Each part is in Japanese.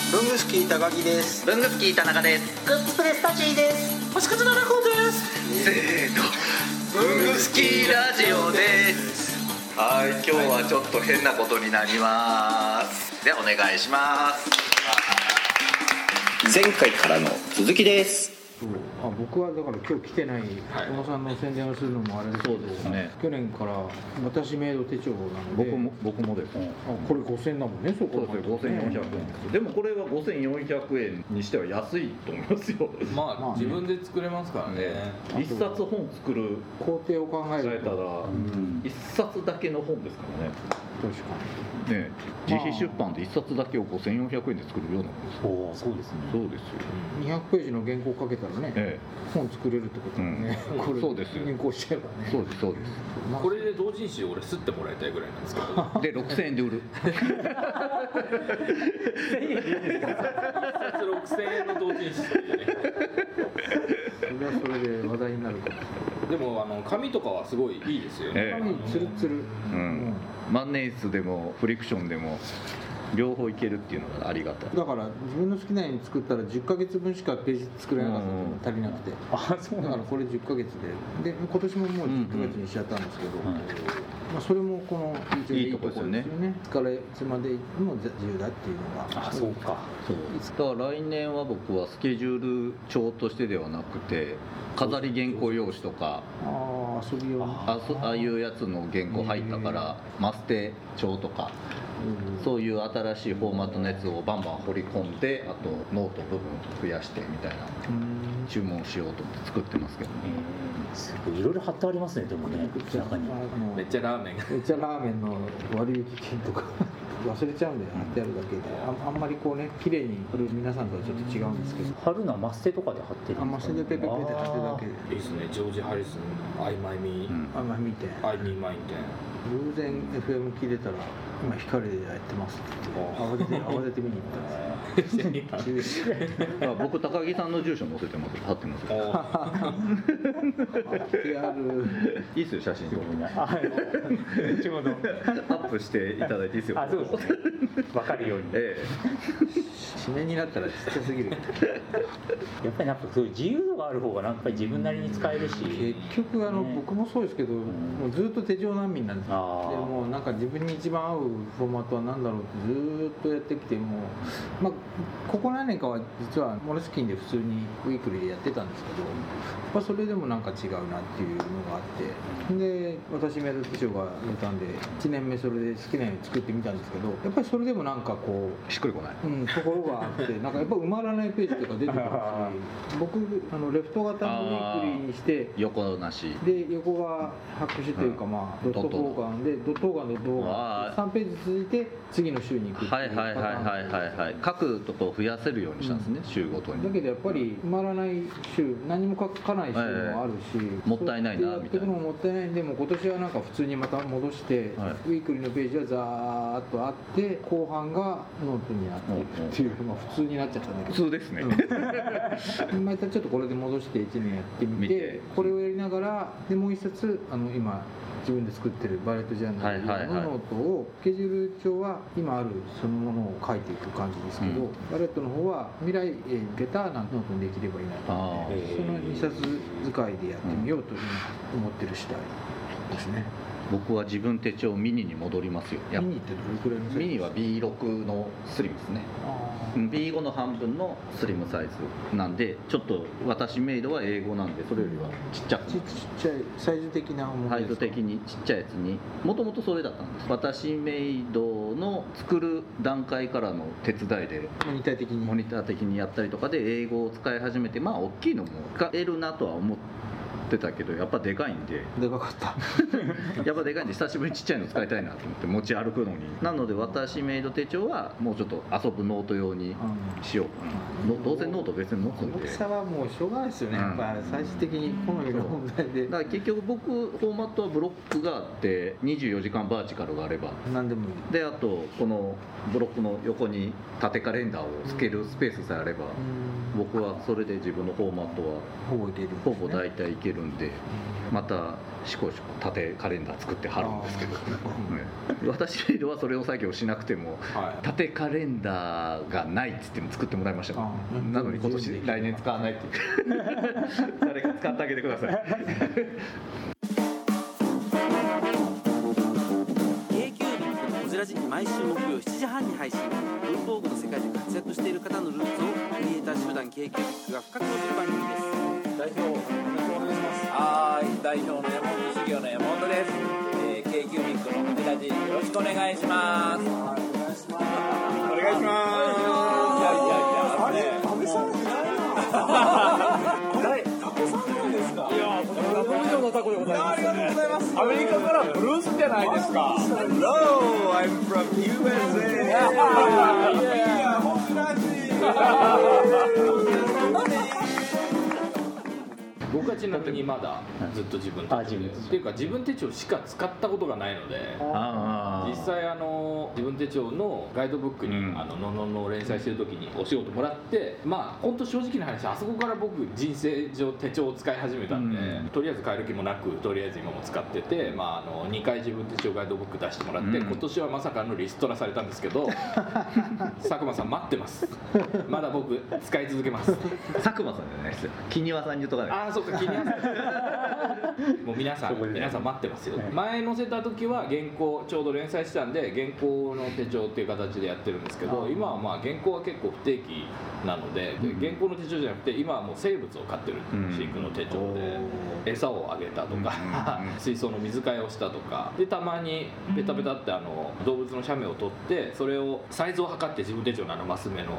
文具スキー高木です。 文具スキー田中です。 グッズプレスタチーです。 星屑のラコです。 せーの、文具スキーラジオです。はい、今日はちょっと変なことになります。ではお願いします。 前回からの続きです。 僕はだから今日来てない小野さんの宣伝をするのもあれですけど、 そうですね、 去年から私メイド手帳なので僕もです。 これ5000円だもんね。そうですよ、5400円です。でもこれは5400円にしては安いと思いますよ。 まあ、自分で作れますからね。 一冊本作る工程を考えるたら一冊だけの本ですからね。 確かにね、自費出版で一冊だけを5400円で作るようなもんです。 そうですね。 そうですよ。 200ページの原稿かけたらね、本作れるってことだね。これそうですよ。 原稿しちゃえばね。 そうです、そうです。 これで同人誌を俺吸ってもらいたいぐらいなんですけど。 で6000円で売る。 6000円の同人誌というね。 それはそれで話題になるかもしれない。 でも紙とかはすごいいいですよね。 紙ツルツル。 万年筆でもフリクションでも両方いけるっていうのがありがたい。 だから自分の好きなように作ったら10ヶ月分しかページ作れなかったの、足りなくて。そうだからこれ10ヶ月で今年ももう10ヶ月にしちゃったんですけど、まあそれもこのいいところですよね。からいつまでも自由だっていうのが。 そうか。 だから来年は僕はスケジュール帳としてではなくて飾り原稿用紙とか遊び用ああいうやつの原稿入ったからマステ帳とかそういう新しいフォーマットのやつをバンバン掘り込んで、あとノート部分増やしてみたいな注文しようと思って作ってますけどね。 すごいいろいろ貼ってありますね。でもね、中にめっちゃラーメンの割引券とか忘れちゃうんで貼ってあるだけで、あんまりこうね綺麗に貼る皆さんとはちょっと違うんですけど、 貼るのはマステとかで貼ってるんですか。 マステでペペペで貼ってるだけでいいですね。ジョージ・ハリスン、アイマイミー、 見てアイミーマインテン。 偶然 FM 聞いてたら今光でやってますって慌てて見に行ったんですよ。 僕高木さんの住所載せてます。貼ってます。いいですよ、写真とちょうどアップしていただいていいですよ。 そうですね。分かるように。 締めになったらちっちゃすぎる。 やっぱりなんかそういう自由度がある方がなんか自分なりに使えるし。 結局僕もそうですけど、もうずっと手帳難民なんですよ。でもなんか自分に一番合うフォーマットは何だろうってずっとやってきても、まあここ何年かは実はモレスキンで普通にウィークリーでやってたんですけど、やっぱそれでもなんか違うなっていうのがあって、で私メイド手帳が出たんで1年目それで好きなように作ってみたんですけど、やっぱりそれでもなんかこうしっくりこない、 ところがあってなんかやっぱ埋まらないページとか出てくるし僕レフト型のウィークリーにして横なしで横が白紙というか、まあドット方眼でドット方眼の動画3ページ続いて次の週に行くっていうパターン、 書くとこを増やせるようにしたんですね、週ごとに。 だけどやっぱり埋まらない週、何も書かない週もあるし、 もったいないなみたいな。 もったいないんで、も今年はなんか普通にまた戻して、ウィークリーのページはザーッとあって後半がノートになっていくっていう、まあ普通になっちゃったんだけど、 普通ですね。 またちょっとこれで戻して1年やってみて、これをやりながらでもう一冊今自分で作ってるバレットジャーナルのノートをスケジュール帳は今あるそのものを書いていく感じですけど、バレットの方は未来へ向けたノートにできればいいなと思って、その2冊使いでやってみようと今思ってる次第ですね。 僕は自分手帳ミニに戻りますよ。 ミニってどれくらいのサイズ？ ミニは B6 のスリムですね。B5 の半分のスリムサイズなんで、ちょっと私メイドは英語なんでそれよりはちっちゃく、 ちっちゃいサイズ的なものサイズ的にちっちゃいやつに、もともとそれだったんです。私メイドの作る段階からの手伝いでモニター的にやったりとかで英語を使い始めて、まあ大きいのも使えるなとは思ってたけど、やっぱでかいんで、 でかかったやっぱでかいんで久しぶりにちっちゃいの使いたいなと思って持ち歩くのに、なので私メイド手帳はもうちょっと遊ぶノート用にしようかな。どうせノート別に持つんで、 大きさはもうしょうがないですよね、やっぱ最終的に好みの問題で。 だから結局僕フォーマットはブロックがあって24時間バーチカルがあれば何でもいいで、あとこのブロックの横に縦カレンダーをつけるスペースさえあれば、僕はそれで自分のフォーマットはほぼいける、 ほぼ大体いけるるんで、またしこしこ縦カレンダー作って貼るんですけど、私メイドはそれを作業しなくても、縦カレンダーがないっつっても作ってもらいましたから、なのに今年来年使わないっていう誰か使ってあげてくださいラジ毎週木曜7時半に配信。文房具の世界で活躍している方のルーツをクリエイター集団 K-Cubic が深く知る番組です。 代表よろしくお願いします。はい、代表の山本修行の山本です。K-Cubic の藤ラジよろしくお願いします。お願いします。お願いします。あれ、竹さんいないな。誰？竹さんなんですか。いや、これ以上のタコでございます。ありがとうございます。アメリカからブルースじゃないですか。Hello, I'm from USA. Yeah, 本ラジ。 僕はちなみにまだずっと自分手帳っていうか自分手帳しか使ったことがないので、実際自分手帳のガイドブックにの連載してる時にお仕事もらって、まあ本当正直な話、あそこから僕人生上手帳を使い始めたんで、とりあえず変える気もなくとりあえず今も使ってて、まあ2回自分手帳ガイドブック出してもらって、今年はまさかのリストラされたんですけど佐久間さん待ってます。まだ僕使い続けます。 佐久間さんじゃないですよ、木庭さんに言うとかない。 あ、そうか、気になるもう皆さん待ってますよ。前載せた時は原稿ちょうど連載してたんで原稿の手帳っていう形でやってるんですけど、今はまあ原稿は結構不定期なので、原稿の手帳じゃなくて今はもう生物を飼ってる飼育の手帳で、餌をあげたとか水槽の水替えをしたとかで、たまにペタペタって動物の写メを撮ってそれをサイズを測って自分手帳のマス目の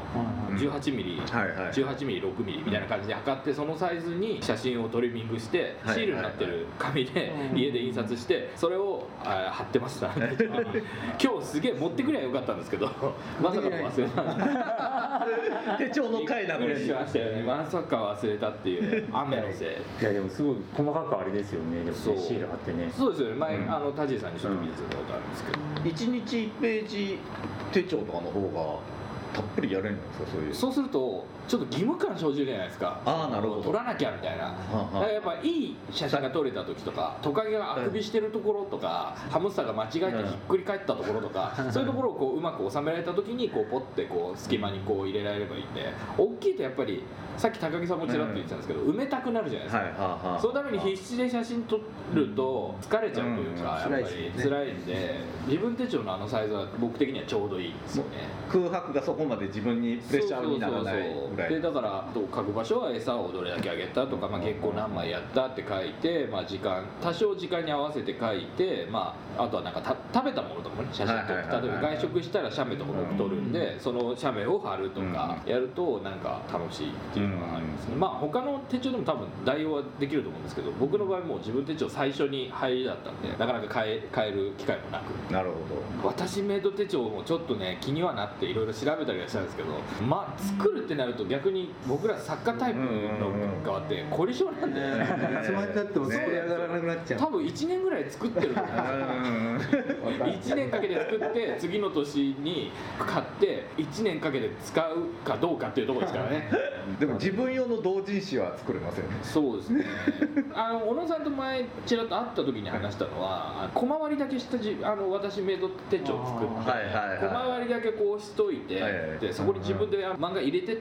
18ミリ、18ミリ、6ミリみたいな感じで測って、そのサイズに写真をトリミングしてシールになってる紙で家で印刷してそれを貼ってました。今日すげえ持ってくりゃよかったんですけどまさか忘れた。 手帳の回なのにまさか忘れたっていう雨のせい。 いやでもすごい細かくあれですよね。でもシール貼ってね。 そうですよね。前田地さんにちょっと見せたことあるんですけど、 1日1ページ手帳とかの方がたっぷりやれるんですか。 そうするとちょっと義務感生じるじゃないですか。 なるほど。 撮らなきゃみたいな。だからやっぱいい写真が撮れた時とか、トカゲがあくびしてるところとか、ハムスターが間違えてひっくり返ったところとか、そういうところをこううまく収められた時にこうポッてこう隙間にこう入れられればいいんで、大きいとやっぱりさっき高木さんもちらっと言ってたんですけど、埋めたくなるじゃないですか。そのために必死で写真撮ると疲れちゃうというか、やっぱり辛いんで、自分手帳のサイズは僕的にはちょうどいいんですよね。 空白がそこまで自分にプレッシャーにならないぐらいで、だから書く場所は餌をどれだけあげたとか、原稿何枚やったって書いて、多少時間に合わせて書いて、あとはなんか食べたものとかもね写真撮って、例えば外食したら写メとか僕撮るんで、その写メを貼るとかやるとなんか楽しいっていうのがありますね。他の手帳でも多分代用はできると思うんですけど、僕の場合もう自分手帳最初に入りだったんでなかなか変える機会もなく。 なるほど。 私メイド手帳もちょっとね気にはなっていろいろ調べたりはしたんですけど、作るってなると逆に僕ら作家タイプの側って凝り性なんで、 いつまでたっても作り上がらなくなっちゃう。 多分1年ぐらい作ってると思うんですよ。1年かけて作って次の年に買って1年かけて使うかどうかっていうところですからね。 でも自分用の同人誌は作れますよね。 そうですね。小野さんと前ちらっと会った時に話したのは、小回りだけした私メイド手帳を作って、小回りだけこうしといて、でそこに自分で漫画入れてって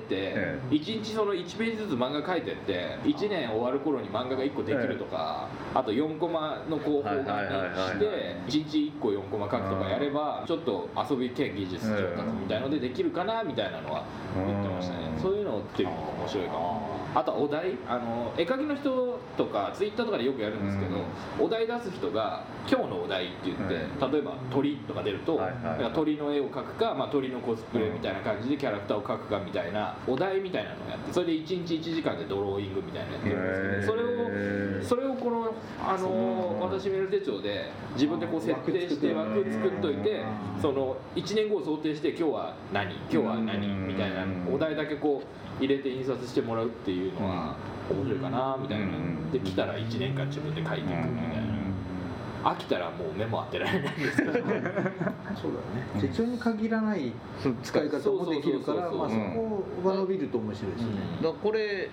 、1日その1ページずつ漫画描いてって1年終わる頃に漫画が1個できるとか、あと4コマの方眼にして1日1個4コマ描くとかやればちょっと遊び兼技術上達みたいのでできるかなみたいなのは言ってましたね。そういうのっていうのも面白いかも。あとはお題、絵描きの人とかツイッターとかでよくやるんですけど、お題出す人が今日のお題って言って、例えば鳥とか出ると、鳥の絵を描くか、鳥のコスプレみたいな感じでキャラクターを描くかみたいなお題みたいなのをやって、それで1日1時間でドローイングみたいなのやってるんですけど、それをこの私メール手帳で自分でこう設定して枠作っといて、その1年後を想定して今日は何みたいなお題だけこう入れて印刷してもらうっていうのは面白いかなみたいな。で来たら1年間自分で書いていくみたいな。 飽きたらもう目も当てられないんですけどそうだね、 手帳に限らない使い方もできるから、そこが伸びると面白いですね。 だからこれ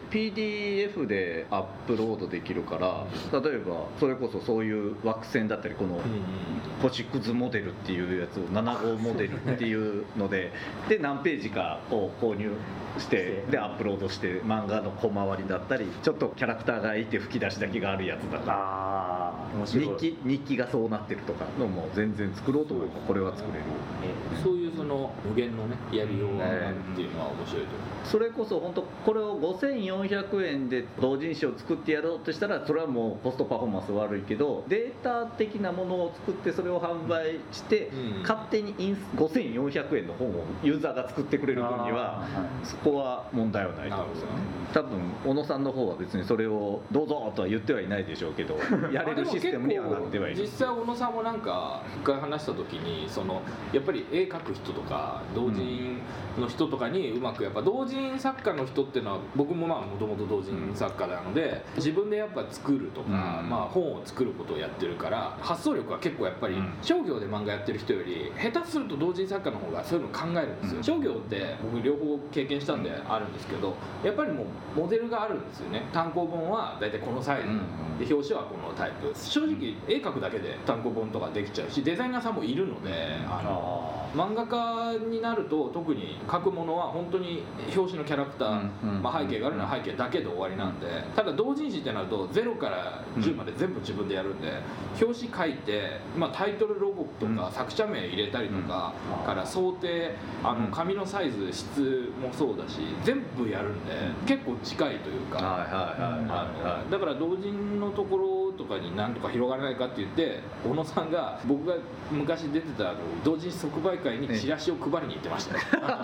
PDF でアップロードできるから、例えばそれこそそういう枠線だったり、この星屑モデルっていうやつを7号モデルっていうので何ページかを購入してでアップロードして、漫画の小回りだったり、ちょっとキャラクターがいて吹き出しだけがあるやつだったり、日記がそうなってるとかのも全然作ろうと思えばこれは作れる。 そういうその無限のねやりようがあるっていうのは面白いと思う。 それこそ本当これを5400円で同人誌を作ってやろうとしたら、それはもうコストパフォーマンス悪いけど、データ的なものを作ってそれを販売して、勝手に5400円の本をユーザーが作ってくれる分にはそこは問題はないと思うんですよね。多分小野さんの方は別にそれをどうぞとは言ってはいないでしょうけど、やれるシステムにはなってはいる。 実際小野さんもなんか一回話した時に、そのやっぱり絵描く人とか同人の人とかにうまく、やっぱ同人作家の人っていうのは、僕ももともと同人作家なので、自分でやっぱ作るとか、本を作ることをやってるから、発想力は結構やっぱり商業で漫画やってる人より下手すると同人作家の方がそういうの考えるんですよ。商業って僕両方経験したんであるんですけど、やっぱりもうモデルがあるんですよね。単行本は大体このサイズで、表紙はこのタイプ。正直絵描くだけで単行本とかできちゃうし、デザイナーさんもいるので、漫画家になると特に描くものは本当に表紙のキャラクター、背景があるのは背景だけで終わりなんで、ただ同人誌ってなると0から10まで全部自分でやるんで、表紙書いて、タイトルロゴとか作者名入れたりとかから想定、紙のサイズ質もそうだし全部やるんで結構近いというか、だから同人のところとかになんとか広がらないかって言って、小野さんが僕が昔出てた同人誌即売会にチラシを配りに行ってましたね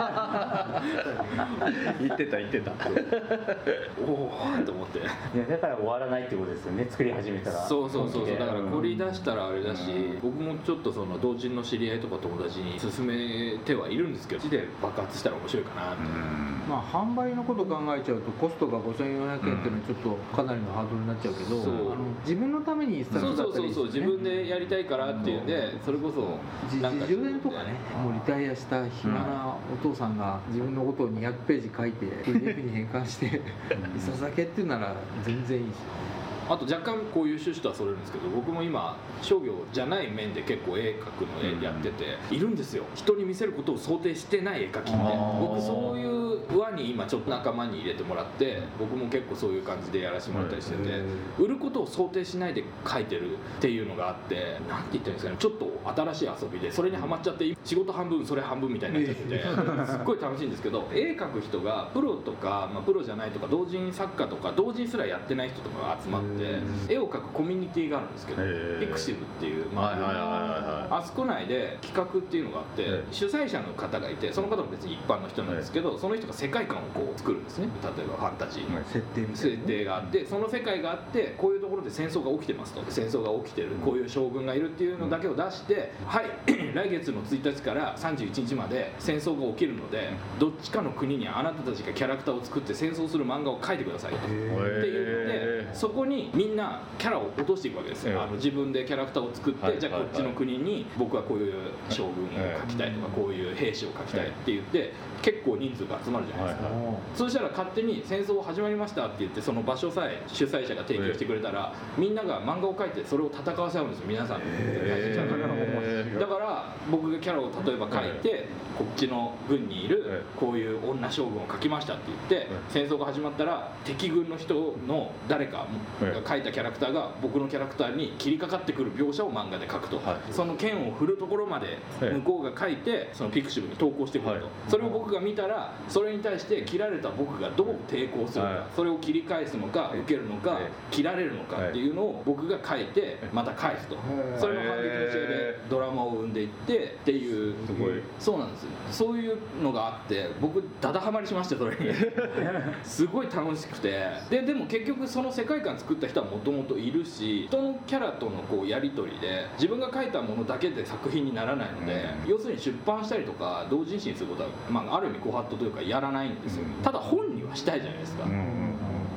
言ってたおおと思って、 だから終わらないってことですよね、作り始めたら。 そうだから凝り出したらあれだし、僕もちょっとその同人の知り合いとか友達に勧めてはいるんですけど、で爆発したら面白いかなって。 販売のことを考えちゃうとコストが5400円っていうのはちょっとかなりのハードルになっちゃうけど、自分のために一冊だったり、 自分でやりたいからっていうんで、それこそなんか10年とかね、もうリタイアした暇なお父さんが自分のことを200ページ書いて PDF に変換して一冊だけっていうなら全然いいし。 あと若干こういう趣旨とはそれるんですけど、僕も今商業じゃない面で結構絵描くの絵やってているんですよ。人に見せることを想定してない絵描きって、僕そういう輪に今ちょっと仲間に入れてもらって、僕も結構そういう感じでやらせてもらったりしてて、売ることを想定しないで描いてるっていうのがあって、なんて言ったらいいんですかね、ちょっと新しい遊びでそれにハマっちゃって、仕事半分それ半分みたいになっちゃっててすっごい楽しいんですけど、絵描く人がプロとか、プロじゃないとか同人作家とか同人すらやってない人とかが集まって絵を描くコミュニティがあるんですけど、ピクシブっていう、あそこ内で企画っていうのがあって、主催者の方がいて、その方も別に一般の人なんですけど、その人が世界観をこう作るんですね。例えばファンタジーの設定があって、その世界があって、こういうところで戦争が起きてますと、戦争が起きてる、こういう将軍がいるっていうのだけを出して、はい来月の1日から31日まで戦争が起きるので、どっちかの国にあなたたちがキャラクターを作って戦争する漫画を描いてくださいって言って、そこにみんなキャラを落としていくわけですよ。自分でキャラクターを作って、じゃあこっちの国に僕はこういう将軍を描きたいとか、こういう兵士を描きたいって言って結構人数が集まるじゃないですか。そうしたら勝手に戦争始まりましたって言って、その場所さえ主催者が提供してくれたら、みんなが漫画を描いてそれを戦わせ合うんですよ、皆さん。だから僕がキャラを例えば描いて、こっちの軍にいるこういう女将軍を描きましたって言って、戦争が始まったら敵軍の人の誰かが描いたキャラクターが僕のキャラクターに切りかかってくる描写を漫画で描くと、その剣を振るところまで向こうが描いて、そのピクシブに投稿してくると、それを僕が見たら、それに対して切られた僕がどう抵抗するか、それを切り返すのか受けるのか切られるのかっていうのを僕が書いてまた返すと、それの反撃の試合でドラマを生んでいってっていう、そうなんですよ。そういうのがあって、僕ダダハマりしました、それにすごい楽しくて、でも結局その世界観作った人はもともといるし、人のキャラとのこうやり取りで自分が書いたものだけで作品にならないので、要するに出版したりとか同人誌にすることは、ある意味ご法度というかやらないんですよ。ただ本にはしたいじゃないですか。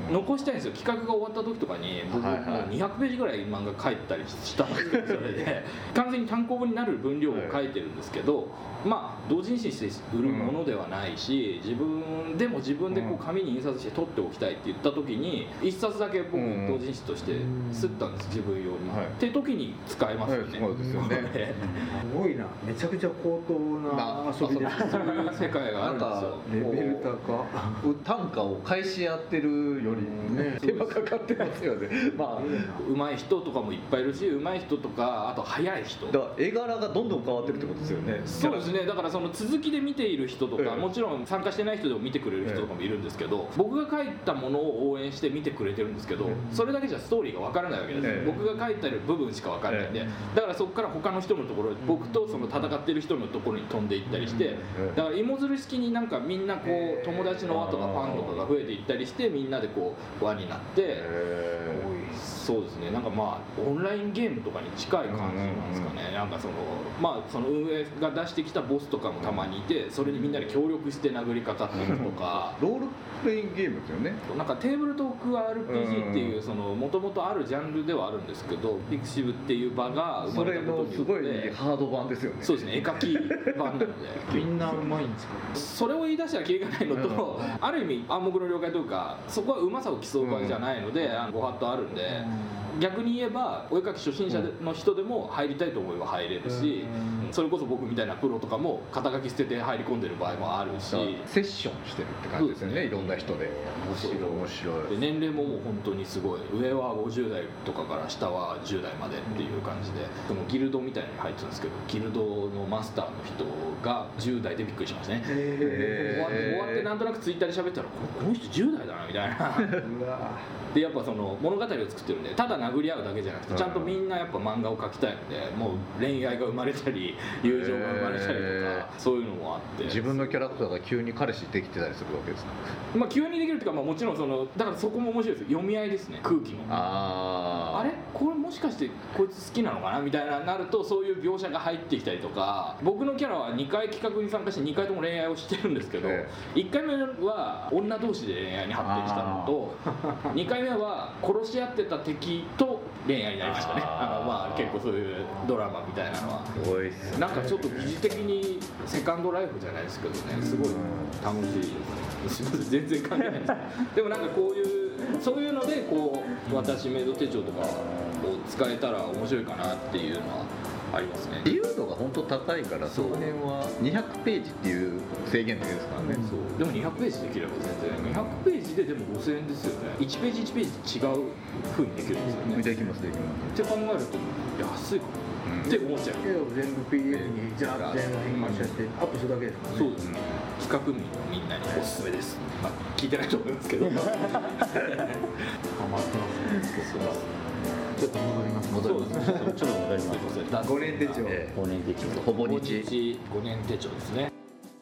残したいんですよ。企画が終わった時とかに僕もう200ページぐらい漫画書いたりしたんですけど、それで完全に単行本になる分量を書いてるんですけど、まあ同人誌して売るものではないし、自分でこう紙に印刷して取っておきたいって言った時に1冊だけ僕同人誌として刷ったんです、自分用に、って時に使えますよね。 そうですよね。 すごいな、めちゃくちゃ高等な遊びです。 そういう世界があるんですよ。 レベル高。 単価を返し合ってるよりね、手間かかってますよね。まあ上手い人とかもいっぱいいるし、上手い人とかあと速い人。 だから絵柄がどんどん変わってるってことですよね。 そうですね。だからその続きで見ている人とか、もちろん参加してない人でも見てくれる人とかもいるんですけど、僕が書いたものを応援して見てくれてるんですけど、それだけじゃストーリーが分からないわけです。僕が書いてる部分しか分からないんで、だからそこから他の人のところ、僕とその戦ってる人のところに飛んでいったりして、だから芋づる式になんかみんなこう友達の輪とかファンとかが増えていったりして、みんなでこう輪になって、そうですね、なんかまあオンラインゲームとかに近い感じなんですかね。なんかそのまあその運営が出してきたボスとかもたまにいて、それにみんなで協力して殴りかかっていくとかロールプレイングゲームですよね。 なんかテーブルトーク RPG っていうその元々あるジャンルではあるんですけど、ピクシブっていう場が生まれたことによって、 それのすごいハード版ですよね。 そうですね、絵描き版なのでみんなうまいんですか。 それを言い出したらキリがないのと、ある意味暗黙の了解というか、そこはうまさを競う場合じゃないので、ご法度あるんで、逆に言えばお絵描き初心者の人でも入りたいと思えば入れるし、それこそ僕みたいなプロとかも肩書き捨てて入り込んでる場合もあるし、 セッションしてるって感じですよね。いろんな人で面白い。 で年齢ももう本当にすごい、上は50代とかから下は10代までっていう感じで、そのギルドみたいに入ってるんですけど、ギルドのマスターの人が10代でびっくりしましたね。終わってなんとなくツイッターで喋ったら、この人10代だなみたいなでやっぱその物語を作ってるんで、ただ殴り合うだけじゃなくて、ちゃんとみんなやっぱ漫画を描きたいので、もう恋愛が生まれたり友情が生まれたりとか、そういうのもあって、 自分のキャラクターが急に彼氏できてたりするわけですか。 まあ急にできるっていうか、まあもちろんそのだからそこも面白いです。読み合いですね、空気の。あれこれもしかしてこいつ好きなのかなみたいななると、そういう描写が入ってきたりとか、僕のキャラは2回企画に参加して2回とも恋愛をしてるんですけど、1回目は女同士で恋愛に発展したのと、2回目は殺し合ってた敵と恋愛になりましたね。まあ結構そういうドラマみたいなのはなんかちょっと疑似的にセカンドライフじゃないですけどね、すごい楽しいです。すみません、全然関係ないですでもなんかこういうそういうのでこう私メイド手帳とかを使えたら面白いかなっていうのはありますね。 自由度が本当高いから、その辺は200ページっていう制限だけですからね。 そうでも200ページできれば全然200ページででも5000円ですよね。1ページ1ページ違う風にできるんですよね。 できますって考えると安いかなって思っちゃう。 全部 PDF にジャーって変換しちゃってアップするだけですかね。 そうですね。企画民のみんなにおすすめです。まあ聞いてないと思いますけど。ハマってますね。ちょっと戻ります。 ちょっと戻ります。 5年手帳。 5年手帳。 ほぼ日 5年手帳ですね。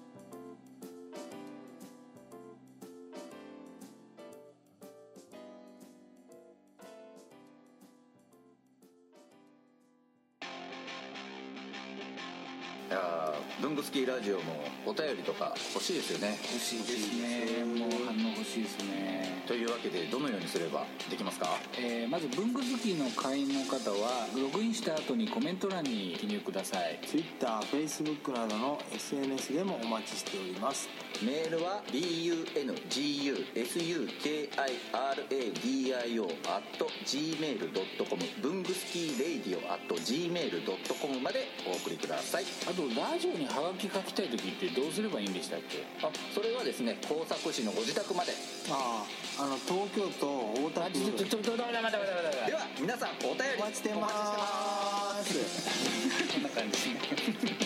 文具スキーラジオもお便りとか欲しいですよね。 欲しいですね。もう反応欲しいですね。 というわけでどのようにすればできますか。 まず文具好きの会員の方はログインした後にコメント欄に記入ください。 Twitter、Facebook などの SNS でもお待ちしております。 メールは bungusukiradio@gmail.com 文具スキーレイディオ@gmail.com までお送りください。 あとラジオにハガキ書きたい時ってどうすればいいんでしたっけ。 それはですね、工作士のご自宅まで。 東京都大田区。 では皆さんお便りお待ちしてます。 こんな感じですね